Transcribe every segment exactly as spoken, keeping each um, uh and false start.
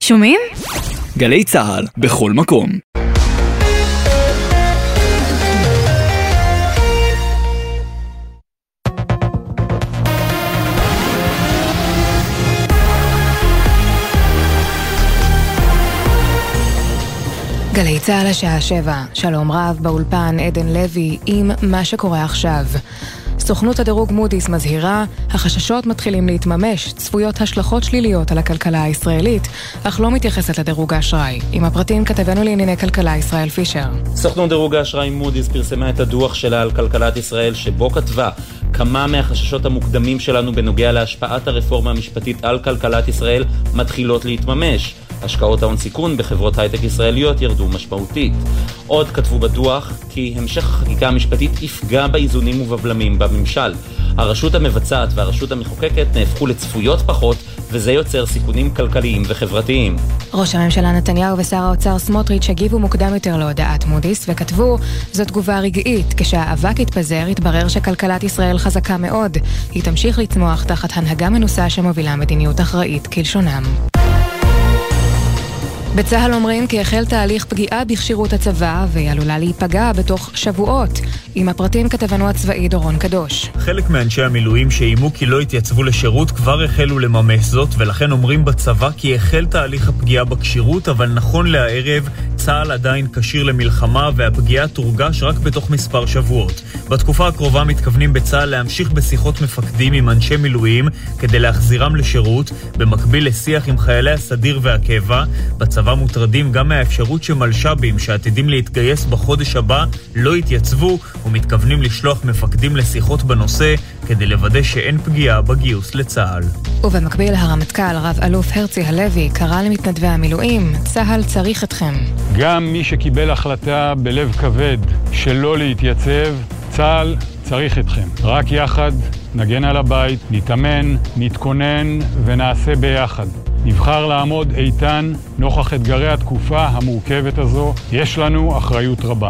שומעים? גלי צהל בכל מקום. גלי צהל השעה שבע, שלום רב באולפן עדן לוי עם מה שקורה עכשיו. סוכנות הדירוג מודי'ס מזהירה, החששות מתחילים להתממש, צפויות השלכות שליליות על הכלכלה הישראלית, אך לא מתייחסת לדירוג האשראי. עם הפרטים כתבנו לענייני כלכלה ישראל פישר. סוכנות דירוג האשראי מודי'ס פרסמה את הדוח שלה על כלכלת ישראל, שבו כתבה כמה מהחששות המוקדמים שלנו בנוגע להשפעת הרפורמה המשפטית על כלכלת ישראל מתחילות להתממש. השקעות ההון סיכון בחברות הייטק ישראליות ירדו משמעותית. עוד כתבו בדוח כי המשך החקיקה המשפטית יפגע באיזונים ובבלמים בממשל. הרשות המבצעת והרשות המחוקקת נהפכו לצפויות פחות, וזה יוצר סיכונים כלכליים וחברתיים. ראש הממשלה נתניהו ושר האוצר סמוטריץ' הגיבו מוקדם יותר להודעת מודי'ס וכתבו, זו תגובה רגעית, כשהאבק התפזר התברר שכלכלת ישראל חזקה מאוד. היא תמשיך לצמוח תחת הנהגה מנוסה שמובילה מדיניות אחראית כלשונם. בצהל אומרים כי החל תהליך פגיעה בכשירות הצבא והיא עלולה להיפגע בתוך שבועות. עם הפרטים כתבנו הצבאי דורון קדוש. חלק מאנשי המילואים שאיימו כי לא התייצבו לשירות כבר החלו לממש זאת, ולכן אומרים בצבא כי החל תהליך הפגיעה בכשירות, אבל נכון לערב צהל עדיין כשיר למלחמה והפגיעה תורגש רק בתוך מספר שבועות. בתקופה הקרובה מתכוונים בצהל להמשיך בשיחות מפקדים עם אנשי מילואים כדי להחזירם לשירות, במקביל לשיח עם חיילי הסדיר והקבע. בצבא מוטרדים גם מהאפשרות שמלש"בים שעתידים להתגייס בחודש הבא לא יתייצבו, ומתכוונים לשלוח מפקדים לשיחות בנושא כדי לוודא שאין פגיעה בגיוס לצהל. ובמקביל הרמטכ"ל רב אלוף הרצי הלוי קרא למתנדבי המילואים, צהל צריך אתכם. גם מי שקיבל החלטה בלב כבד שלא להתייצב, צהל צריך אתכם. רק יחד נגן על הבית, נתאמן, נתכונן ונעשה ביחד. נבחר לעמוד איתן נוכח אתגרי התקופה המורכבת הזו. יש לנו אחריות רבה.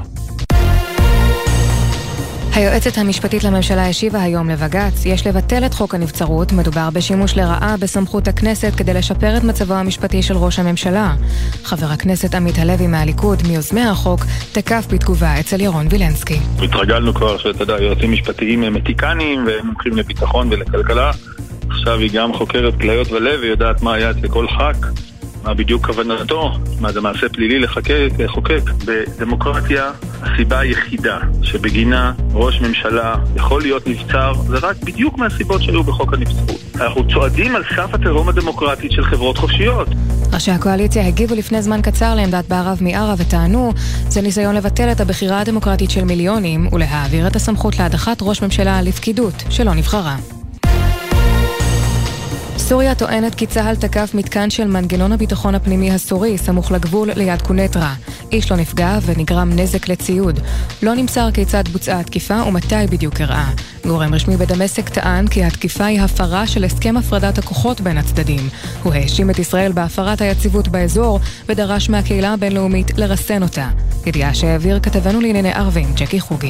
היועצת המשפטית לממשלה השיבה היום לבג"ץ, יש לבטל את חוק הנבצרות, מדובר בשימוש לרעה בסמכות הכנסת כדי לשפר את מצבו המשפטי של ראש הממשלה. חבר הכנסת עמית הלוי מהליכוד, מיוזמי החוק, תקף בתגובה אצל ירון וילנסקי. התרגלנו כבר שאתה יודע, יועצים משפטיים מתיקנים ומומחים לביטחון ולכלכלה. עכשיו היא גם חוקרת כליות ולב ויודעת מה היה אצל כל ח"כ, מה בדיוק כוונתו, מה זה מעשה פלילי לחוקק, לחוקק. בדמוקרטיה הסיבה היחידה שבגינה ראש ממשלה יכול להיות נבצר זה רק בדיוק מהסיבות שהיו בחוק הנבצרות. אנחנו צועדים על סף התהום הדמוקרטית של חברות חופשיות. ראשי הקואליציה הגיבו לפני זמן קצר לעמדת בערב מיארה וטענו, זה ניסיון לבטל את הבחירה הדמוקרטית של מיליונים ולהעביר את הסמכות להדחת ראש ממשלה לפקידות שלא נבחרה. סוריה טוענת כי צהל תקף מתקן של מנגנון הביטחון הפנימי הסורי סמוך לגבול ליד קונטרה. איש לא נפגע ונגרם נזק לציוד. לא נמסר כיצד בוצעה התקיפה ומתי בדיוק הראה. גורם רשמי בדמשק טען כי התקיפה היא הפרה של הסכם הפרדת הכוחות בין הצדדים. הוא האשים את ישראל בהפרת היציבות באזור ודרש מהקהילה הבינלאומית לרסן אותה. ידיעה שהעביר כתבנו לענייני ערבים ג'קי חוגי.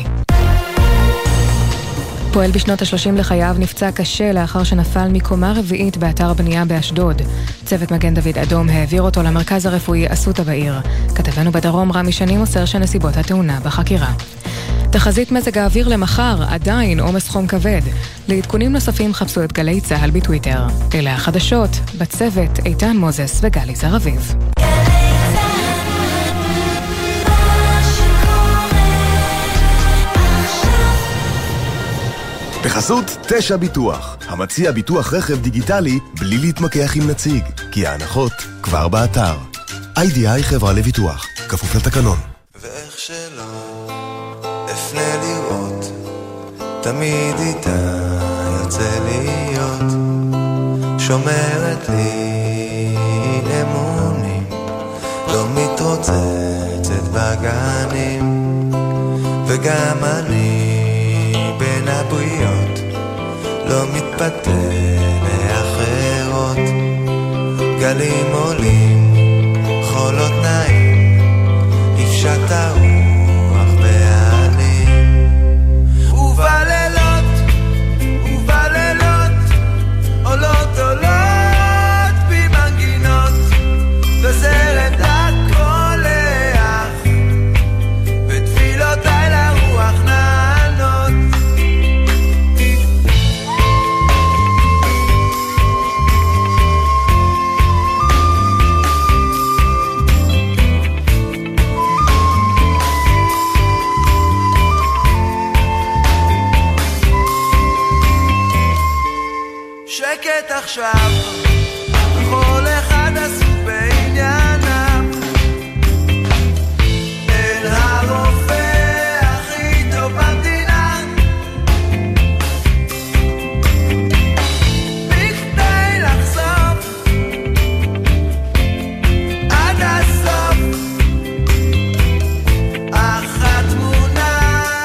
פועל בשנות ה-שלושים לחייו נפצע קשה לאחר שנפל מקומה רביעית באתר בנייה באשדוד. צוות מגן דוד אדום העביר אותו למרכז הרפואי אסותא בעיר. כתבנו בדרום רמי שני מוסר שנסיבות התאונה בחקירה. תחזית מזג האוויר למחר, עדיין עומס חום כבד. לעדכונים נוספים חפשו את גלי צהל בטוויטר. אלה החדשות, בצוות איתן מוזס וגלי זר אביב. בחסות תשע ביטוח, המציע ביטוח רכב דיגיטלי בלי להתמקח עם נציג, כי ההנחות כבר באתר. איי די איי חברה לביטוח, כפוף לתקנון. ואיך שלא אפנה לראות, תמיד איתה יוצא להיות, שומרת לי אמונים, לא מתרוצצת בגנים, וגם אני בין הבריות לא מתפתה לאחרות. גלים עולים, חולות נעים, נפשט הרוח בעלים. ובלילות, ובלילות עולות עולות במנגינות, עכשיו כל אחד עסוק בענייניו אל הרופא הכי טוב במדינה בכדי לחשוף עד הסוף אך התמונה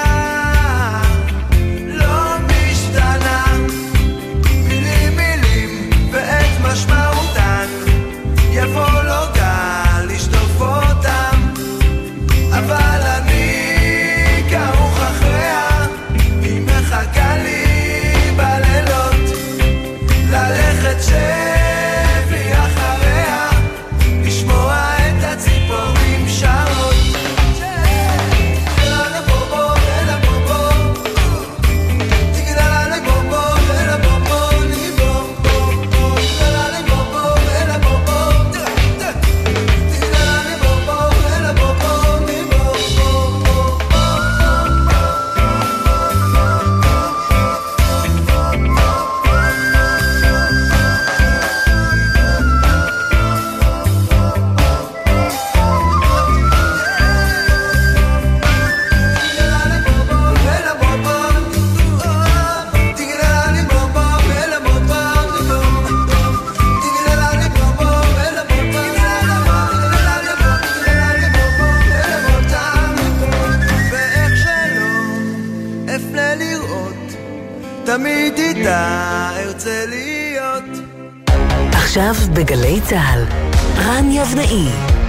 לא משתנה מילים מילים ואת משמעותן יבוא לו גל לשטוף אותם אבל אני כרוך אחריה היא מחכה לי בלילות ללכת שבי אחריה לשמוע את הציפורים שרות תמיד איתה ארצה להיות. עכשיו בגלי צהל רן יבנאי.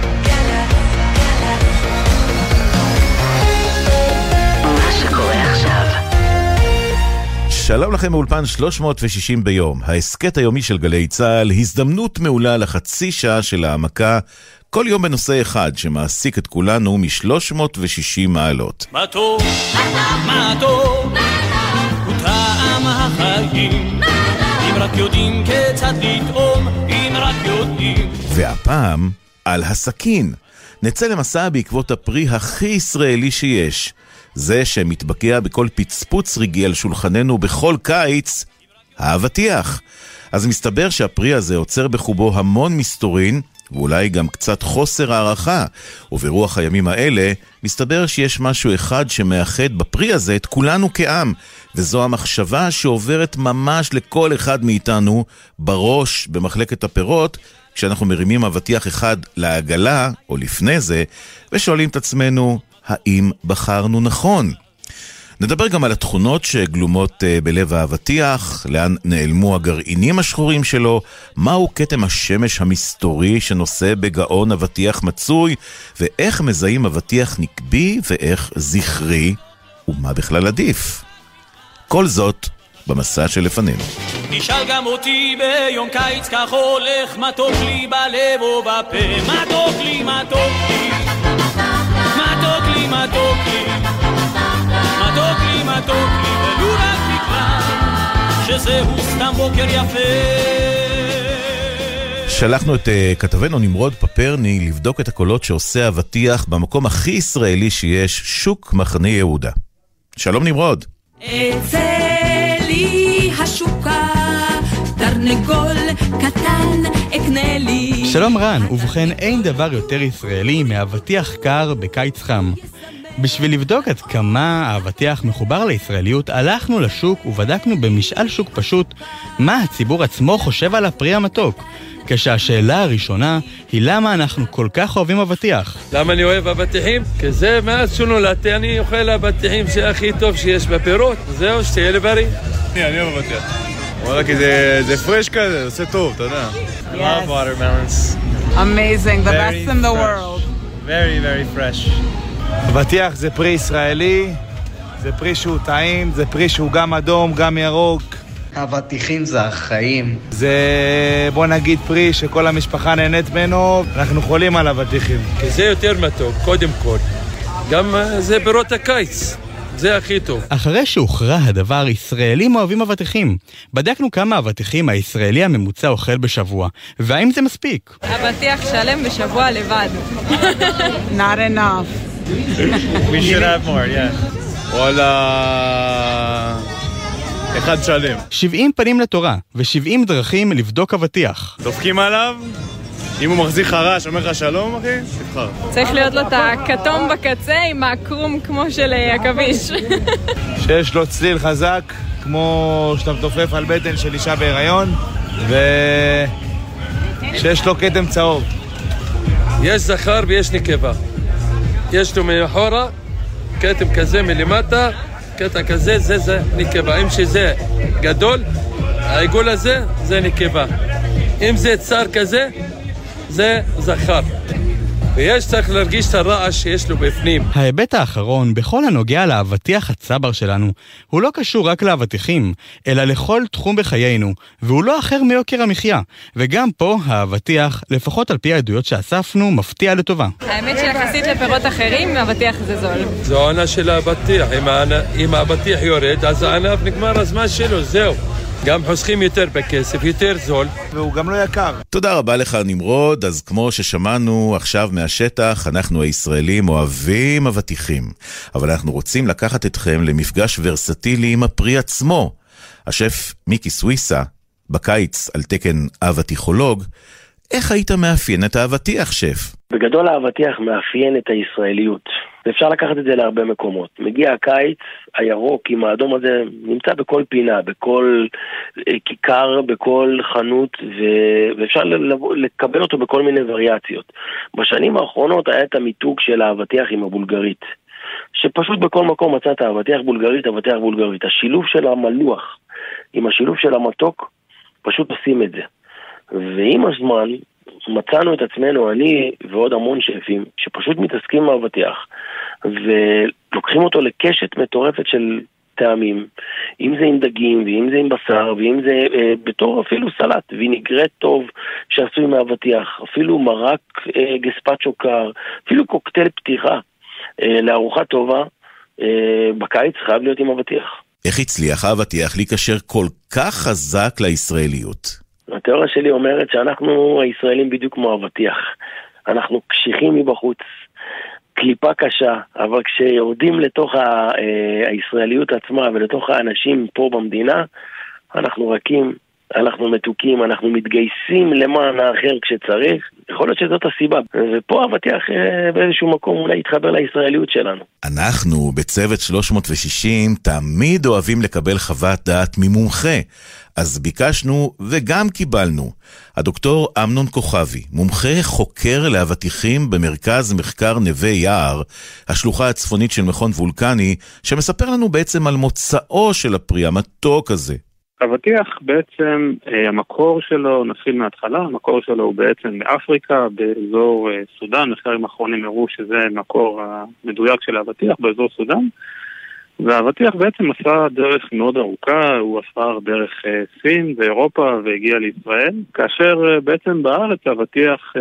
מה שקורה עכשיו. שלום לכם מאולפן שלוש מאות ושישים ביום, ההסקט היומי של גלי צהל, הזדמנות מעולה לחצי שעה של העמקה, כל יום בנושא אחד שמעסיק את כולנו מ-שלוש מאות ושישים מעלות. מה טוב, מה טוב, הוא טעם החיים, אם רק יודעים כיצד לטעום, אם רק יודעים. והפעם על הסכין. נצא למסע בעקבות הפרי הכי ישראלי שיש. זה שמתבקע בכל פצפוץ רגעי על שולחננו בכל קיץ, האבטיח. אז מסתבר שהפרי הזה עוצר בחובו המון מסתורין, ואולי גם קצת חוסר הערכה. וברוח הימים האלה, מסתבר שיש משהו אחד שמאחד בפרי הזה את כולנו כעם, וזו המחשבה שעוברת ממש לכל אחד מאיתנו בראש במחלקת הפירות, כשאנחנו מרימים אבטיח אחד לעגלה, או לפני זה, ושואלים את עצמנו, האם בחרנו נכון? נדבר גם על התכונות שגלומות בלב האבטיח, לאן נעלמו הגרעינים השחורים שלו, מהו כתם השמש המסתורי שנושא בגאון אבטיח מצוי, ואיך מזהים אבטיח נקבי ואיך זכרי, ומה בכלל עדיף. כל זאת במסע שלפנינו. נשאל גם אותי ביום קיץ כך הולך, מתוק לי בלב או בפה, מתוק לי, מתוק לי, מתוק לי, מתוק לי, מתוק לי, מתוק לי, ולו רק בגלל שזהו סתם בוקר יפה. שלחנו את uh, כתבנו נמרוד פפרני לבדוק את הקולות שעושה אבטיח במקום הכי ישראלי שיש, שוק מחנה יהודה. שלום נמרוד. אצלי השוקה, תרנגול קטן אקנה לי. שלום רן, ובכן אין דבר יותר ישראלי מאבטיח קר בקיץ חם. בשביל לבדוק עד כמה האבטיח מחובר לישראליות, הלכנו לשוק ובדקנו במשאל שוק פשוט מה הציבור עצמו חושב על הפרי המתוק. כשהשאלה הראשונה היא למה אנחנו כל כך אוהבים אבטיח. למה אני אוהב אבטיחים? כי זה מאז שנולדתי אני אוכל אבטיחים שהכי טוב שיש בפירות. זהו, שתהיה לי בריא. אני אוהב אבטיח. וואלה, כי זה פרש כזה, זה עושה טוב, אתה יודע. I love watermelons. Amazing, the best in the world. Very, very fresh. אבטיח זה פרי ישראלי, זה פרי שהוא טעים, זה פרי שהוא גם אדום, גם ירוק. אבטיחים זה החיים. זה, בוא נגיד, פרי שכל המשפחה נהנית ממנו, אנחנו חולים על אבטיחים. כי זה יותר מתוק, קודם כל. גם זה פירות הקיץ. זה הכי טוב. אחרי שהוכרע הדבר, ישראלים אוהבים אבטיחים. בדקנו כמה אבטיחים הישראלי הממוצע אוכל בשבוע, והאם זה מספיק? אבטיח שלם בשבוע לבד. Not enough. We should have more, yeah. וואלה... אחד שלם. שבעים פנים לתורה ו-שבעים דרכים לבדוק אבטיח. דופקים עליו, אם הוא מחזיק חרש, אומר לך שלום, אחי, תבחר. צריך להיות לו את הכתום בקצה עם הקרום כמו של עכביש. שיש לו צליל חזק, כמו שאתה מתופף על בטן של אישה בהיריון, ושיש לו כתם צהוב. יש זכר ויש נקבה. יש לו מאחורה, כתם כזה מלמטה, קטע כזה, זה זה נקבה. אם שזה גדול, העיגול הזה זה נקבה. אם זה צר כזה, זה זכר. ויש צריך להרגיש את הרעש שיש לו בפנים. ההיבט האחרון, בכל הנוגע לאבטיח הצבר שלנו, הוא לא קשור רק לאבטיחים, אלא לכל תחום בחיינו, והוא לא אחר מיוקר המחיה. וגם פה האבטיח, לפחות על פי העדויות שאספנו, מפתיע לטובה. האמת שיחסית לפירות אחרים, האבטיח זה זול. זו העונה של האבטיח. אם, אם האבטיח יורד, אז הענף נגמר הזמן שלו, זהו. גם חוסכים יותר בכסף, יותר זול. והוא גם לא יקר. תודה רבה לך נמרוד. אז כמו ששמענו עכשיו מהשטח, אנחנו הישראלים אוהבים אבטיחים. אבל אנחנו רוצים לקחת אתכם למפגש ורסטילי עם הפרי עצמו. השף מיקי סוויסה, בקיץ על תקן אבטיחולוג, איך היית מאפיין את האבטיח, שף? בגדול האבטיח מאפיין את הישראליות. ואפשר לקחת את זה להרבה מקומות. מגיע הקיץ, הירוק עם האדום הזה נמצא בכל פינה, בכל כיכר, בכל חנות, ואפשר לקבל אותו בכל מיני וריאציות. בשנים האחרונות היה את המיתוג של האבטיח עם הבולגרית, שפשוט בכל מקום מצאת האבטיח בולגרית, אבטיח בולגרית. השילוב של המלוח עם השילוב של המתוק, פשוט עושים את זה. ועם הזמן מצאנו את עצמנו, אני ועוד המון שפים, שפשוט מתעסקים מאבטיח, ולוקחים אותו לקשת מטורפת של טעמים, אם זה עם דגים, ואם זה עם בשר, ואם זה אה, בתור אפילו סלט, וינגרט טוב שעשוי מאבטיח, אפילו מרק אה, גספצ'ו קר, אפילו קוקטייל פתיחה אה, לארוחה טובה, אה, בקיץ חייב להיות עם אבטיח. איך הצליח האבטיח להיקשר כל כך חזק לישראליות? התיאוריה שלי אומרת שאנחנו הישראלים בדיוק כמו אבטיח. אנחנו קשיחים מבחוץ, קליפה קשה, אבל כשיורדים לתוך ה- הישראליות עצמה ולתוך האנשים פה במדינה, אנחנו רכים, אנחנו מתוקים, אנחנו מתגייסים למען האחר כשצריך. יכול להיות שזאת הסיבה. ופה אבטיח באיזשהו מקום אולי יתחבר לישראליות שלנו. אנחנו בצוות שלוש מאות ושישים תמיד אוהבים לקבל חוות דעת ממומחה. אז ביקשנו וגם קיבלנו. הדוקטור אמנון כוכבי, מומחה חוקר לאבטיחים במרכז מחקר נווה יער, השלוחה הצפונית של מכון וולקני, שמספר לנו בעצם על מוצאו של הפרי המתוק הזה. אבטיח בעצם, המקור שלו, נתחיל מההתחלה, המקור שלו הוא בעצם באפריקה, באזור סודן. מחקרים האחרונים הראו שזה מקור המדויק של האבטיח באזור סודן. והאבטיח בעצם עשה דרך מאוד ארוכה, הוא עבר דרך סין ואירופה והגיע לישראל, כאשר בעצם בארץ האבטיח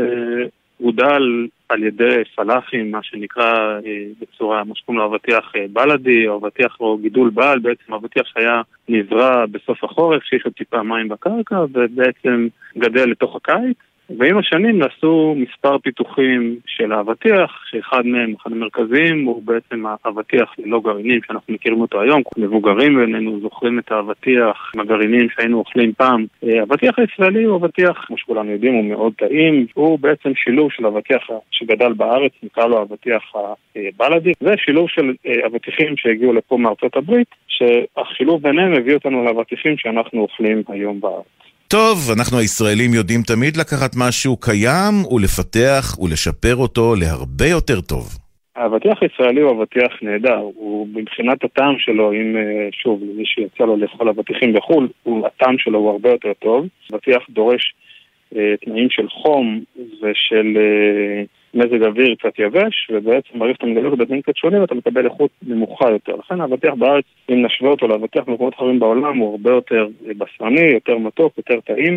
גודל על ידי פלאחים, מה שנקרא בצורה, מה שקוראים לו אבטיח בלדי, או אבטיח או גידול בעל, בעצם אבטיח שהיה נזרע בסוף החורף, שיש לו טיפה מים בקרקע, ובעצם גדל לתוך הקיץ. ועם השנים נעשו מספר פיתוחים של האבטיח, שאחד מהם, אחד המרכזיים, הוא בעצם האבטיח ללא גרעינים, שאנחנו מכירים אותו היום, מבוגרים בינינו זוכרים את האבטיח עם הגרעינים שהיינו אוכלים פעם. האבטיח הישראלי הוא אבטיח, כמו שכולנו יודעים, הוא מאוד טעים, הוא בעצם שילוב של אבטיח שגדל בארץ, נקרא לו אבטיח הבלדי, ושילוב של אבטיחים שהגיעו לפה מארצות הברית, שהשילוב ביניהם הביא אותנו לאבטיחים שאנחנו אוכלים היום בארץ. טוב, אנחנו הישראלים יודעים תמיד לקחת משהו קיים ולפתח ולשפר אותו להרבה יותר טוב. האבטיח הישראלי הוא אבטיח נהדר, הוא מבחינת הטעם שלו, אם שוב, למי שיצא לו לאכול אבטיחים בחול, הטעם שלו הוא הרבה יותר טוב. אבטיח דורש אה, תנאים של חום ושל אה, מזג אוויר קצת יבש, ובעצם ברגע שאתה מגלה אותו בתנאים קצת שונים, אתה מקבל איכות נמוכה יותר. לכן האבטיח בארץ, אם נשווה אותו לאבטיח במקומות אחרים בעולם, הוא הרבה יותר בשרני, יותר מתוק, יותר טעים,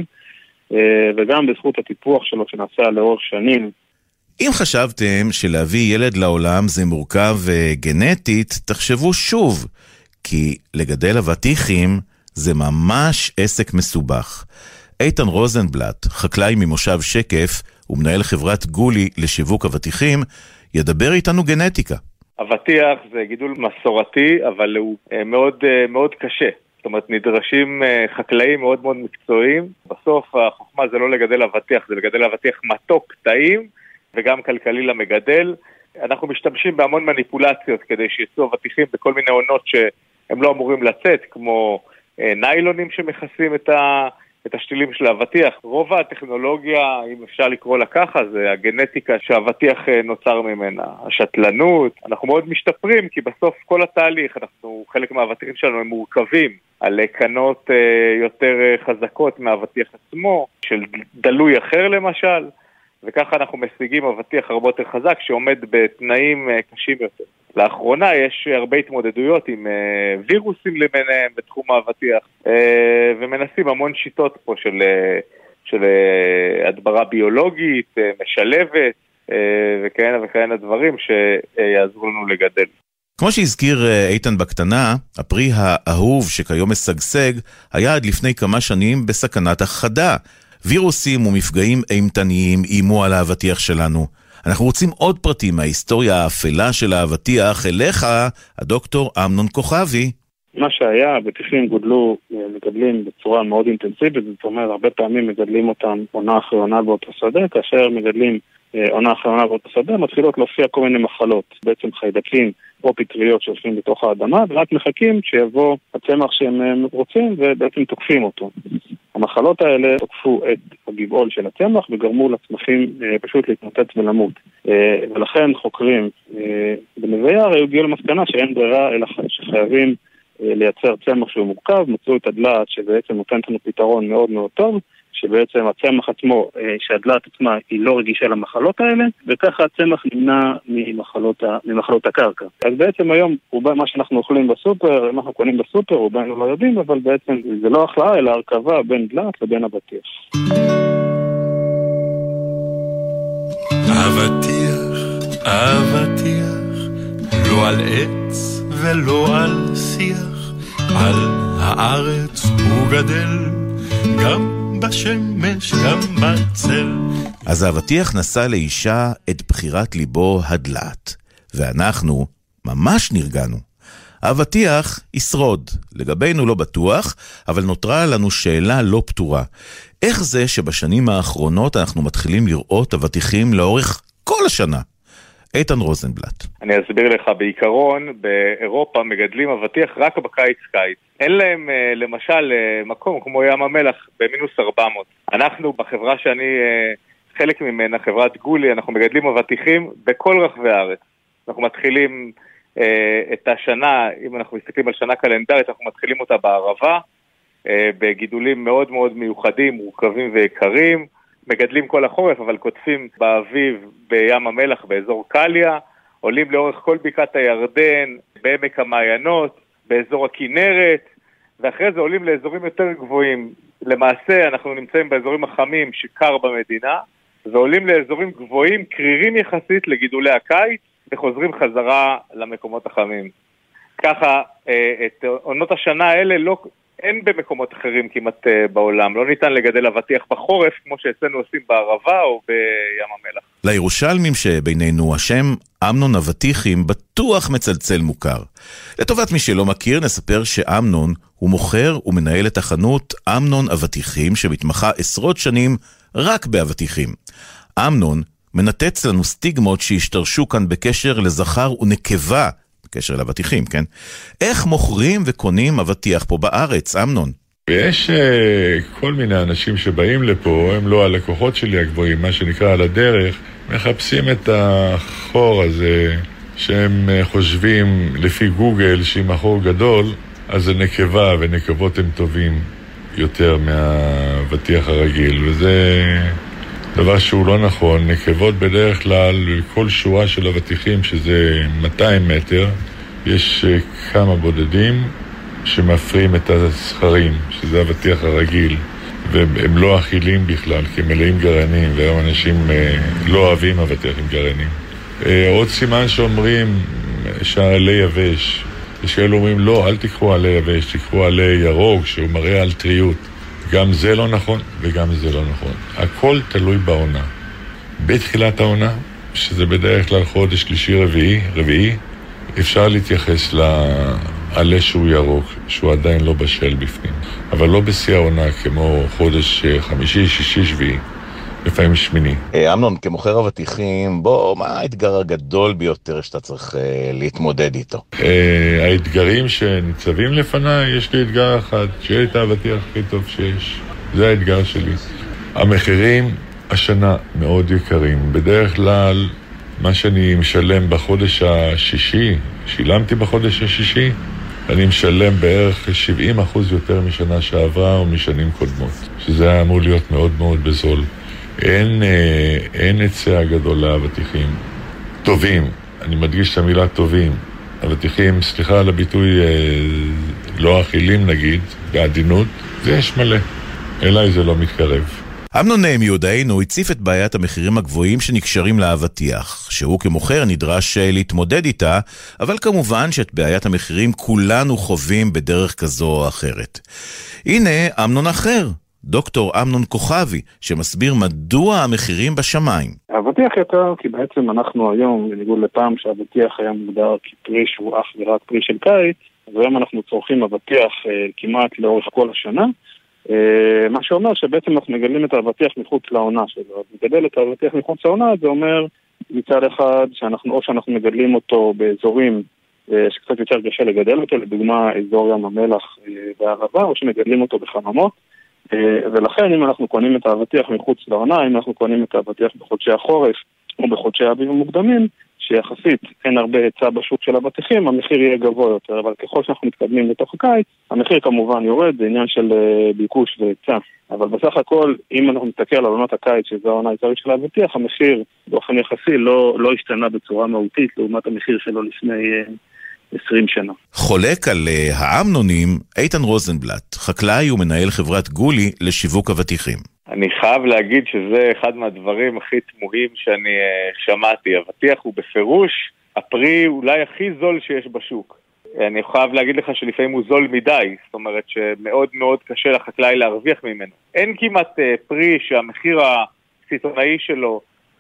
וגם בזכות הטיפוח שלו שנעשה לאורך שנים. אם חשבתם שלהביא ילד לעולם זה מורכב גנטית, תחשבו שוב, כי לגדל אבטיחים זה ממש עסק מסובך. איתן רוזנבלט, חקלאי ממושב שקף ומנהל חברת גולי לשיווק אבטיחים, ידבר איתנו גנטיקה. אבטיח זה גידול מסורתי, אבל הוא מאוד, מאוד קשה. זאת אומרת, נדרשים חקלאים מאוד מאוד מקצועיים. בסוף החוכמה זה לא לגדל אבטיח, זה לגדל אבטיח מתוק, טעים, וגם כלכלי למגדל. אנחנו משתמשים בהמון מניפולציות כדי שיצאו אבטיחים בכל מיני עונות שהם לא אמורים לצאת, כמו ניילונים שמכסים את ה... את השתילים של האבטיח. רוב הטכנולוגיה, אם אפשר לקרוא לה ככה, זה הגנטיקה שהאבטיח נוצר ממנה. השתלנות, אנחנו מאוד משתפרים, כי בסוף כל התהליך, אנחנו, חלק מהאבטיחים שלנו הם מורכבים, על קנות יותר חזקות מהאבטיח עצמו, של דלוי אחר למשל, וככה אנחנו משיגים אבטיח הרבה יותר חזק, שעומד בתנאים קשים יותר. לאחרונה יש הרבה התמודדויות עם וירוסים למיניהם בתחום האבטיח, ומנסים המון שיטות פה של, של הדברה ביולוגית, משלבת, וכהנה וכהנה דברים שיעזרו לנו לגדל. כמו שהזכיר איתן בקטנה, הפרי האהוב שכיום משגשג היה עד לפני כמה שנים בסכנת החדה. וירוסים ומפגעים אימתניים אימו על האבטיח שלנו. אנחנו רוצים עוד פרטים מההיסטוריה האפלה של האבטיח. אליך, הדוקטור אמנון כוכבי. מה שהיה, אבטיחים גודלו, מגדלים בצורה מאוד אינטנסיבית, זאת אומרת, הרבה פעמים מגדלים אותם עונה אחרי עונה באותו שדה, כאשר מגדלים עונה אחרי עונה באותו שדה, מתחילות להופיע כל מיני מחלות, בעצם חיידקים או פטריות שיושבים בתוך האדמה, ורק מחכים שיבוא הצמח שהם רוצים ובעצם תוקפים אותו. המחלות האלה תוקפו את הגבעול של הצמח וגרמו לצמחים פשוט להתמוטט ולמות. ולכן חוקרים בנווה יער הגיעו למסקנה שאין ברירה אלא שחייבים לייצר צמח שהוא מורכב, מצאו את הדלעת שבעצם נותנת לנו פתרון מאוד מאוד טוב, שבעצם הצמח עצמו, שהדלעת עצמה היא לא רגישה למחלות האלה, וככה הצמח נמנע ממחלות, ממחלות הקרקע. אז בעצם היום, מה שאנחנו אוכלים בסופר, מה אנחנו קונים בסופר, רובנו לא יודעים, אבל בעצם זה לא החלאה, אלא הרכבה בין דלעת לבין אבטיח. אבטיח, אבטיח, לא על עץ ולא על שיח, על הארץ הוא גדל, גם בשמש, גם בצל. אז האבטיח נשא לאישה את בחירת ליבו הדלת, ואנחנו ממש נרגענו. האבטיח ישרוד, לגבינו לא בטוח, אבל נותרה לנו שאלה לא פתורה. איך זה שבשנים האחרונות אנחנו מתחילים לראות אבטיחים לאורך כל השנה? איתן רוזנבלט. אני אסביר לך, בעיקרון, באירופה מגדלים אבטיח רק בקיץ-קיץ. אין להם, למשל, מקום כמו ים המלח במינוס ארבע מאות. אנחנו, בחברה שאני חלק ממנה, חברת גולי, אנחנו מגדלים אבטיחים בכל רחבי הארץ. אנחנו מתחילים את השנה, אם אנחנו מסתכלים על שנה קלנדרית, אנחנו מתחילים אותה בערבה, בגידולים מאוד מאוד מיוחדים, מורכבים ויקרים, מגדלים כל החורף, אבל קוטפים באביב בים המלח באזור קליה, עולים לאורך כל בקעת הירדן, בעמק המעיינות, באזור הכינרת, ואחרי זה עולים לאזורים יותר גבוהים. למעשה אנחנו נמצאים באזורים החמים שקר במדינה, ועולים לאזורים גבוהים, קרירים יחסית לגידולי הקיץ, וחוזרים חזרה למקומות החמים. ככה, את עונות השנה האלה לא... אין במקומות אחרים כמעט בעולם. לא ניתן לגדל אבטיח בחורף, כמו שאצלנו עושים בערבה או בים המלח. לירושלמים שבינינו, השם אמנון אבטיחים בטוח מצלצל מוכר. לטובת מי שלא מכיר, נספר שאמנון הוא מוכר ומנהל את החנות אמנון אבטיחים, שמתמחה עשרות שנים רק באבטיחים. אמנון מנתץ לנו סטיגמות שהשתרשו כאן בקשר לזכר ונקבה, בקשר לאבטיחים, כן? איך מוכרים וקונים אבטיח פה בארץ, אמנון? ויש uh, כל מיני אנשים שבאים לפה, הם לא הלקוחות שלי הגבוהים, מה שנקרא על הדרך, מחפשים את החור הזה, שהם uh, חושבים לפי גוגל שאם החור גדול, אז זה נקבה, ונקבות הם טובים יותר מהאבטיח הרגיל, וזה דבר שהוא לא נכון. נקבות בדרך כלל, כל שורה של אבטיחים, שזה מאתיים מטר, יש uh, כמה בודדים, שמפרים את הזכרים, שזה אבטיח הרגיל, והם לא אכילים בכלל, כי הם מלאים גרעינים, והיום אנשים אה, לא אוהבים אבטיח עם גרעינים. אה, עוד סימן שאומרים שהעלי יבש, יש כאלה אומרים לא, אל תקחו עלי יבש, תקחו עלי ירוק, שהוא מראה על טריות. גם זה לא נכון, וגם זה לא נכון. הכל תלוי בעונה. בתחילת העונה, שזה בדרך כלל חודש שלישי רביעי, רביעי, אפשר להתייחס ל... עלה שהוא ירוק, שהוא עדיין לא בשל בפנים. אבל לא בשיא העונה, כמו חודש חמישי, שישי, שביעי, לפעמים שמיני. אמנון, כמוכר אבטיחים, בוא, מה האתגר הגדול ביותר שאתה צריך להתמודד איתו? האתגרים שניצבים לפניי, יש לי אתגר אחד, שיהיה את האבטיח הכי טוב שיש. זה האתגר שלי. המחירים השנה מאוד יקרים. בדרך כלל, מה שאני משלם בחודש השישי, שילמתי בחודש השישי, אני משלם בערך שבעים אחוז יותר משנה שעברה או משנים קודמות, שזה היה אמור להיות מאוד מאוד בזול. אין, אין היצע גדול לאבטיחים. טובים, אני מדגיש את המילה טובים. אבטיחים, סליחה על הביטוי, לא אכילים נגיד, בעדינות, זה יש מלא. אליי זה לא מתקרב. אמנון מיודענו הציף את בעיית המחירים הגבוהים שנקשרים לאבטיח, שהוא כמוכר נדרש להתמודד איתה, אבל כמובן שאת בעיית המחירים כולנו חווים בדרך כזו או אחרת. הנה אמנון אחר, דוקטור אמנון כוכבי, שמסביר מדוע המחירים בשמיים. האבטיח יקר כי בעצם אנחנו היום, בניגוד לפעם שהאבטיח היה מוגדר כפרי שהוא אך ורק פרי של קיץ, והיום אנחנו צורכים אבטיח אה, כמעט לאורך כל השנה, מה שאומר שבעצם אנחנו מגדלים את האבטיח מחוץ לעונה שלו. מגדל את האבטיח מחוץ לעונה זה אומר מצד אחד שאנחנו, או שאנחנו מגדלים אותו באזורים שקצת יותר קשה לגדל אותו, לדוגמה אזור ים המלח בערבה, או שמגדלים אותו בחממות, ולכן אם אנחנו קונים את האבטיח מחוץ לעונה, אם אנחנו קונים את האבטיח בחודשי החורף או בחודשי האביב המוקדמים, שיחסית אין הרבה היצע בשוק של אבטיחים, המחיר יהיה גבוה יותר, אבל ככל שאנחנו מתקדמים לתוך הקיץ, המחיר כמובן יורד, זה עניין של ביקוש והיצע. אבל בסך הכל, אם אנחנו מסתכל על עונת הקיץ, שזו העונה העיקרית של האבטיח, המחיר באופן יחסי לא, לא השתנה בצורה מהותית, לעומת המחיר שלו לפני עשרים שנה. חולק על האמנונים, איתן רוזנבלט, חקלאי ומנהל חברת גולי לשיווק אבטיחים. אני חייב להגיד שזה אחד מהדברים הכי תמוהים שאני uh, שמעתי. אבטיח הוא בפירוש הפרי אולי הכי זול שיש בשוק. אני חייב להגיד לך שלפעמים הוא זול מדי, זאת אומרת שמאוד מאוד קשה לחקלאי להרוויח ממנו. אין כמעט uh, פרי שהמחיר הסיטונאי שלו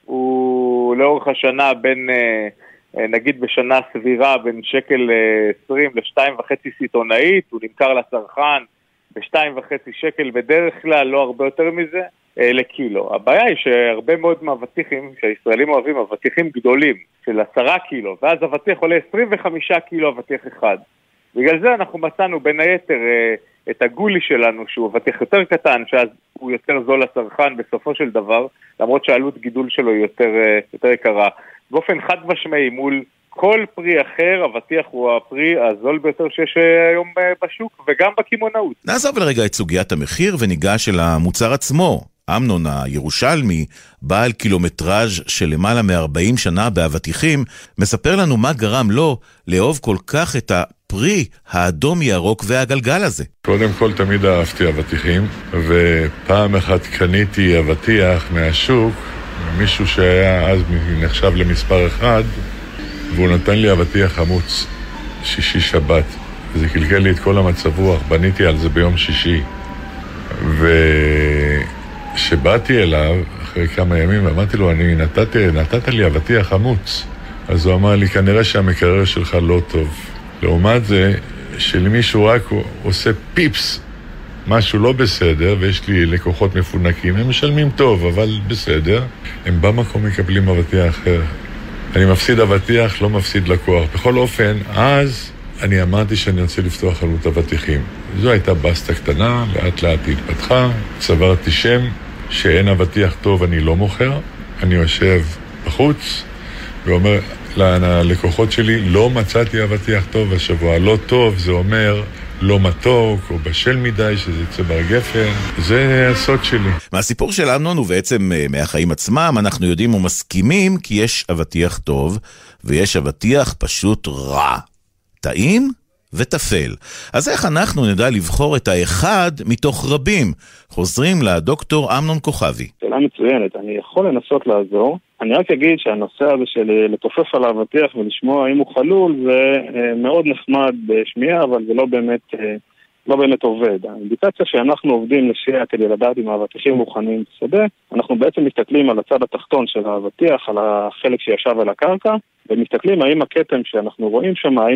הוא לאורך השנה בין, uh, נגיד בשנה סבירה, בין שקל עשרים לשתיים וחצי סיטונאית, הוא נמכר לצרכן בשתיים וחצי שקל בדרך כלל, לא הרבה יותר מזה, אה, לקילו. הבעיה היא שהרבה מאוד מהאבטיחים, שהישראלים אוהבים, אבטיחים גדולים, של עשרה קילו, ואז אבטיח עולה עשרים וחמישה קילו אבטיח אחד. בגלל זה אנחנו מצאנו בין היתר אה, את הגולי שלנו, שהוא אבטיח יותר קטן, שאז הוא יותר זול לצרכן בסופו של דבר, למרות שהעלות גידול שלו היא יותר, אה, יותר יקרה. באופן חד משמעי מול כל פרי אחר, אבטיח הוא הפרי הזול ביותר שיש היום בשוק, וגם בקימונאות. נעזוב לרגע את סוגיית המחיר וניגש אל המוצר עצמו. אמנון הירושלמי, בעל קילומטראז' של למעלה מ-ארבעים שנה באבטיחים, מספר לנו מה גרם לו לאהוב כל כך את הפרי האדום ירוק והגלגל הזה. קודם כל תמיד אהבתי אבטיחים, ופעם אחת קניתי אבטיח מהשוק, מישהו שהיה אז נחשב למספר אחד, והוא נתן לי אבטיח חמוץ שישי שבת, וזה קלקל לי את כל המצב רוח, בניתי על זה ביום שישי, ושבאתי אליו אחרי כמה ימים, אמרתי לו, אני נתת, נתת לי אבטיח חמוץ, אז הוא אמר לי, כנראה שהמקרר שלך לא טוב. לעומת זה, שלמישהו רק עושה פיפס, משהו לא בסדר, ויש לי לקוחות מפונקים, הם משלמים טוב, אבל בסדר, הם במקום מקבלים אבטיח אחר. אני מפסיד אבטיח, לא מפסיד לקוח. בכל אופן, אז אני אמרתי שאני רוצה לפתוח חנות אבטיחים. זו הייתה בסטה קטנה, לאט לאט התפתחה, צברתי שם, שאין אבטיח טוב אני לא מוכר. אני יושב בחוץ ואומר ללקוחות שלי, לא מצאתי אבטיח טוב השבוע. לא טוב זה אומר לא מתוק או בשל מדי, שזה צבר גפן. זה הסוד שלי. מהסיפור של אמנון ובעצם מהחיים עצמם אנחנו יודעים ומסכימים כי יש אבטיח טוב ויש אבטיח פשוט רע, טעים וטפל. אז איך אנחנו נדע לבחור את האחד מתוך רבים? חוזרים לדוקטור אמנון כוכבי. שאלה מצוינת, אני יכול לנסות לעזור. אני רק אגיד שהנושא הזה של לתופף על האבטיח ולשמוע האם הוא חלול זה מאוד נחמד בשמיעה, אבל זה לא באמת, לא באמת עובד. האינדיקציה שאנחנו עובדים לשיה כדי לדעת אם האבטיחים מוכנים בשדה, אנחנו בעצם מסתכלים על הצד התחתון של האבטיח, על החלק שישב על הקרקע, ומסתכלים האם הכתם שאנחנו רואים שם, האם הוא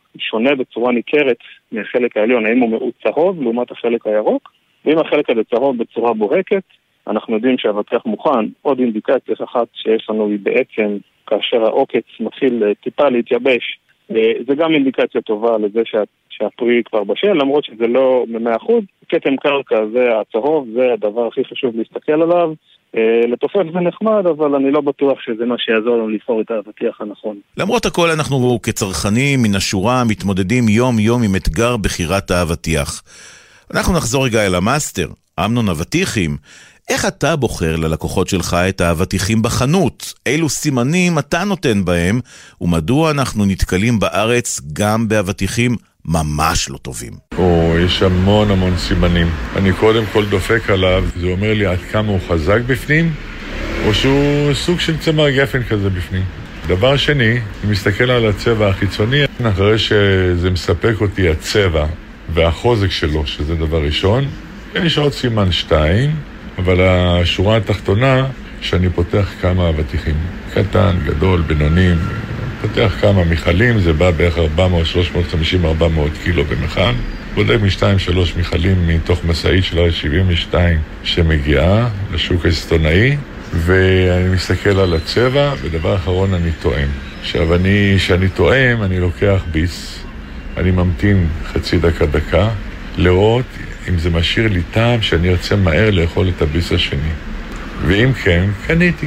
שונה בצורה ניכרת מהחלק העליון, האם הוא מעוט צהוב לעומת החלק הירוק, ואם החלק הזה צהוב בצורה בוהקת, אנחנו יודעים שהאבטיח מוכן. עוד אינדיקציה אחת שיש לנו היא בעצם כאשר העוקץ מתחיל טיפה להתייבש, זה גם אינדיקציה טובה לזה שה, שהפרי כבר בשל, למרות שזה לא ב-מאה אחוז. כתם קרקע זה הצהוב, זה הדבר הכי חשוב להסתכל עליו. לתופף זה נחמד, אבל אני לא בטוח שזה מה שיעזור לנו לבחור את האבטיח הנכון. למרות הכל, אנחנו כצרכנים מן השורה מתמודדים יום יום עם אתגר בחירת האבטיח. אנחנו נחזור רגע אל המאסטר, אמנון אבטיחים. איך אתה בוחר ללקוחות שלך את האבטיחים בחנות? אילו סימנים אתה נותן בהם, ומדוע אנחנו נתקלים בארץ גם באבטיחים ממש לא טובים? או, יש המון המון סימנים. אני קודם כל דופק עליו, זה אומר לי עד כמה הוא חזק בפנים, או שהוא סוג של צמר גפן כזה בפנים. דבר שני, אני מסתכל על הצבע החיצוני, אחרי שזה מספק אותי הצבע והחוזק שלו, שזה דבר ראשון, יש עוד סימן שתיים, אבל השורה התחתונה, שאני פותח כמה אבטיחים, קטן, גדול, בינונים, פותח כמה מיכלים, זה בא בערך ארבע מאות, שלוש מאות וחמישים, ארבע מאות קילו במכל, בודק משתיים, שלוש מיכלים מתוך מסעית של שבעים ושתיים שמגיעה לשוק הסיטונאי, ואני מסתכל על הצבע, ודבר אחרון אני טועם. עכשיו, אני, שאני טועם, אני לוקח ביס, אני ממתין חצי דקה דקה, לראות אם זה משאיר לי טעם שאני ארצה מהר לאכול את הביס השני. ואם כן, קניתי.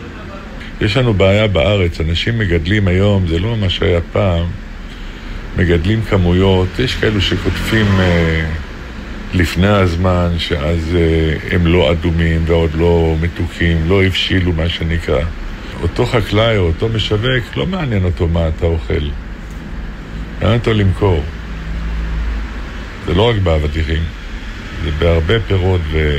יש לנו בעיה בארץ, אנשים מגדלים היום, זה לא מה שהיה פעם, מגדלים כמויות, יש כאלו שכותפים אה, לפני הזמן, שאז אה, הם לא אדומים ועוד לא מתוקים, לא הבשילו מה שנקרא. אותו חקלאי או אותו משווק, לא מעניין אותו מה אתה אוכל. מעניין אותו למכור. זה לא רק באבטיחים, זה בהרבה פירות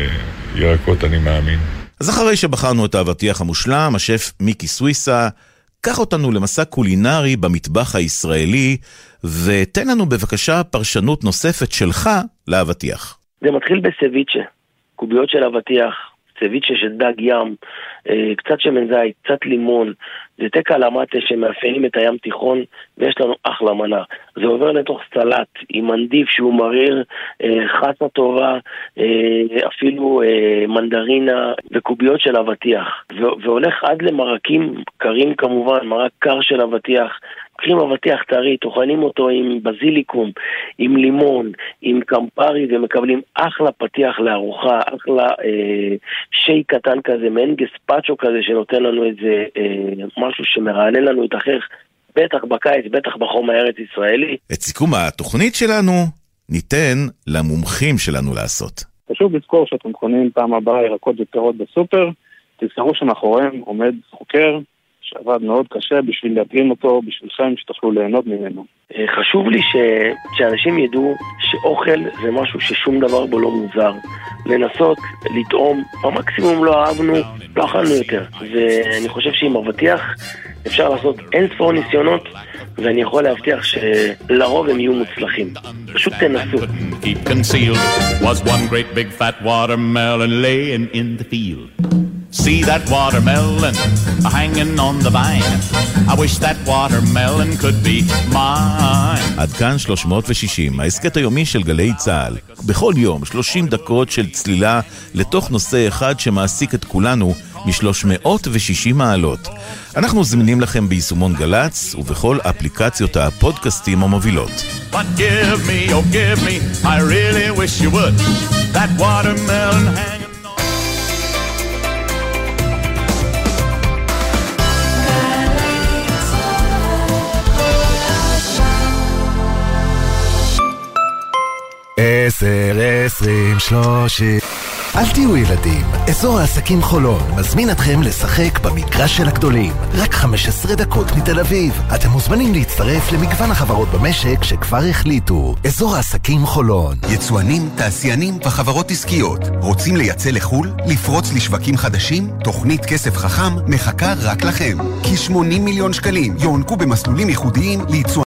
וירקות אני מאמין. אז אחרי שבחרנו את האבטיח המושלם, השף מיקי סוויסה, קח אותנו למסע קולינרי במטבח הישראלי, ותן לנו בבקשה פרשנות נוספת שלך לאבטיח. זה מתחיל בסביצ'ה, קוביות של אבטיח, סביצ'ה של דג ים, קצת שמן זית, קצת לימון, זה תקע למטה שמאפיינים את הים תיכון, ויש לנו אחלה מנה. זה עובר לתוך סלט עם מנדיף שהוא מריר, חסה טובה, אפילו מנדרינה וקוביות של אבטיח. והולך עד למרקים קרים כמובן, מרק קר של אבטיח. קרים אבטיח טרי, טוחנים אותו עם בזיליקום, עם לימון, עם קמפרי, ומקבלים אחלה פתיח לארוחה, אחלה אה, שי קטן כזה, מעין גספצ'ו כזה, שנותן לנו איזה אה, משהו שמרענן לנו את החך, בטח בקיץ, בטח בחום הארץ ישראלי. את סיכום התוכנית שלנו ניתן למומחים שלנו לעשות. חשוב לזכור שאתם קונים פעם הבאה ירקות ופירות בסופר, תזכרו שמאחוריהם עומד חוקר, שעבד מאוד קשה בשביל להתאים אותו, בשבילכם שתוכלו ליהנות ממנו. חשוב לי ש... שאנשים ידעו שאוכל זה משהו ששום דבר בו לא מוזר. לנסות, לטעום, במקסימום לא אהבנו, לא אכלנו יותר. ואני חושב שעם אבטיח אפשר לעשות אין ספור ניסיונות, ואני יכול להבטיח שלרוב הם יהיו מוצלחים. פשוט תנסו. Keep concealed was one great big fat watermelon laying in the field. See that watermelon hanging on the vine. I wish that watermelon could be mine. עד כאן שלוש מאות ושישים, ההסקט היומי של גלי צהל. בכל יום שלושים דקות של צלילה לתוך נושא אחד שמעסיק את כולנו מ-שלוש מאות ושישים מעלות. אנחנו זמינים לכם ביישומון גלץ ובכל אפליקציות הפודקאסטים המובילות. But give me, oh give me, I really wish you would. That watermelon hanging. עשר, עשרים, שלושים. אל תהיו ילדים, אזור העסקים חולון מזמין אתכם לשחק במגרש של הגדולים. רק חמש עשרה דקות מתל אביב. אתם מוזמנים להצטרף למגוון החברות במשק שכבר החליטו. אזור העסקים חולון. יצואנים, תעשיינים וחברות עסקיות. רוצים לייצא לחול? לפרוץ לשווקים חדשים? תוכנית כסף חכם מחכה רק לכם. כ-שמונים מיליון שקלים יוענקו במסלולים ייחודיים ליצואנים.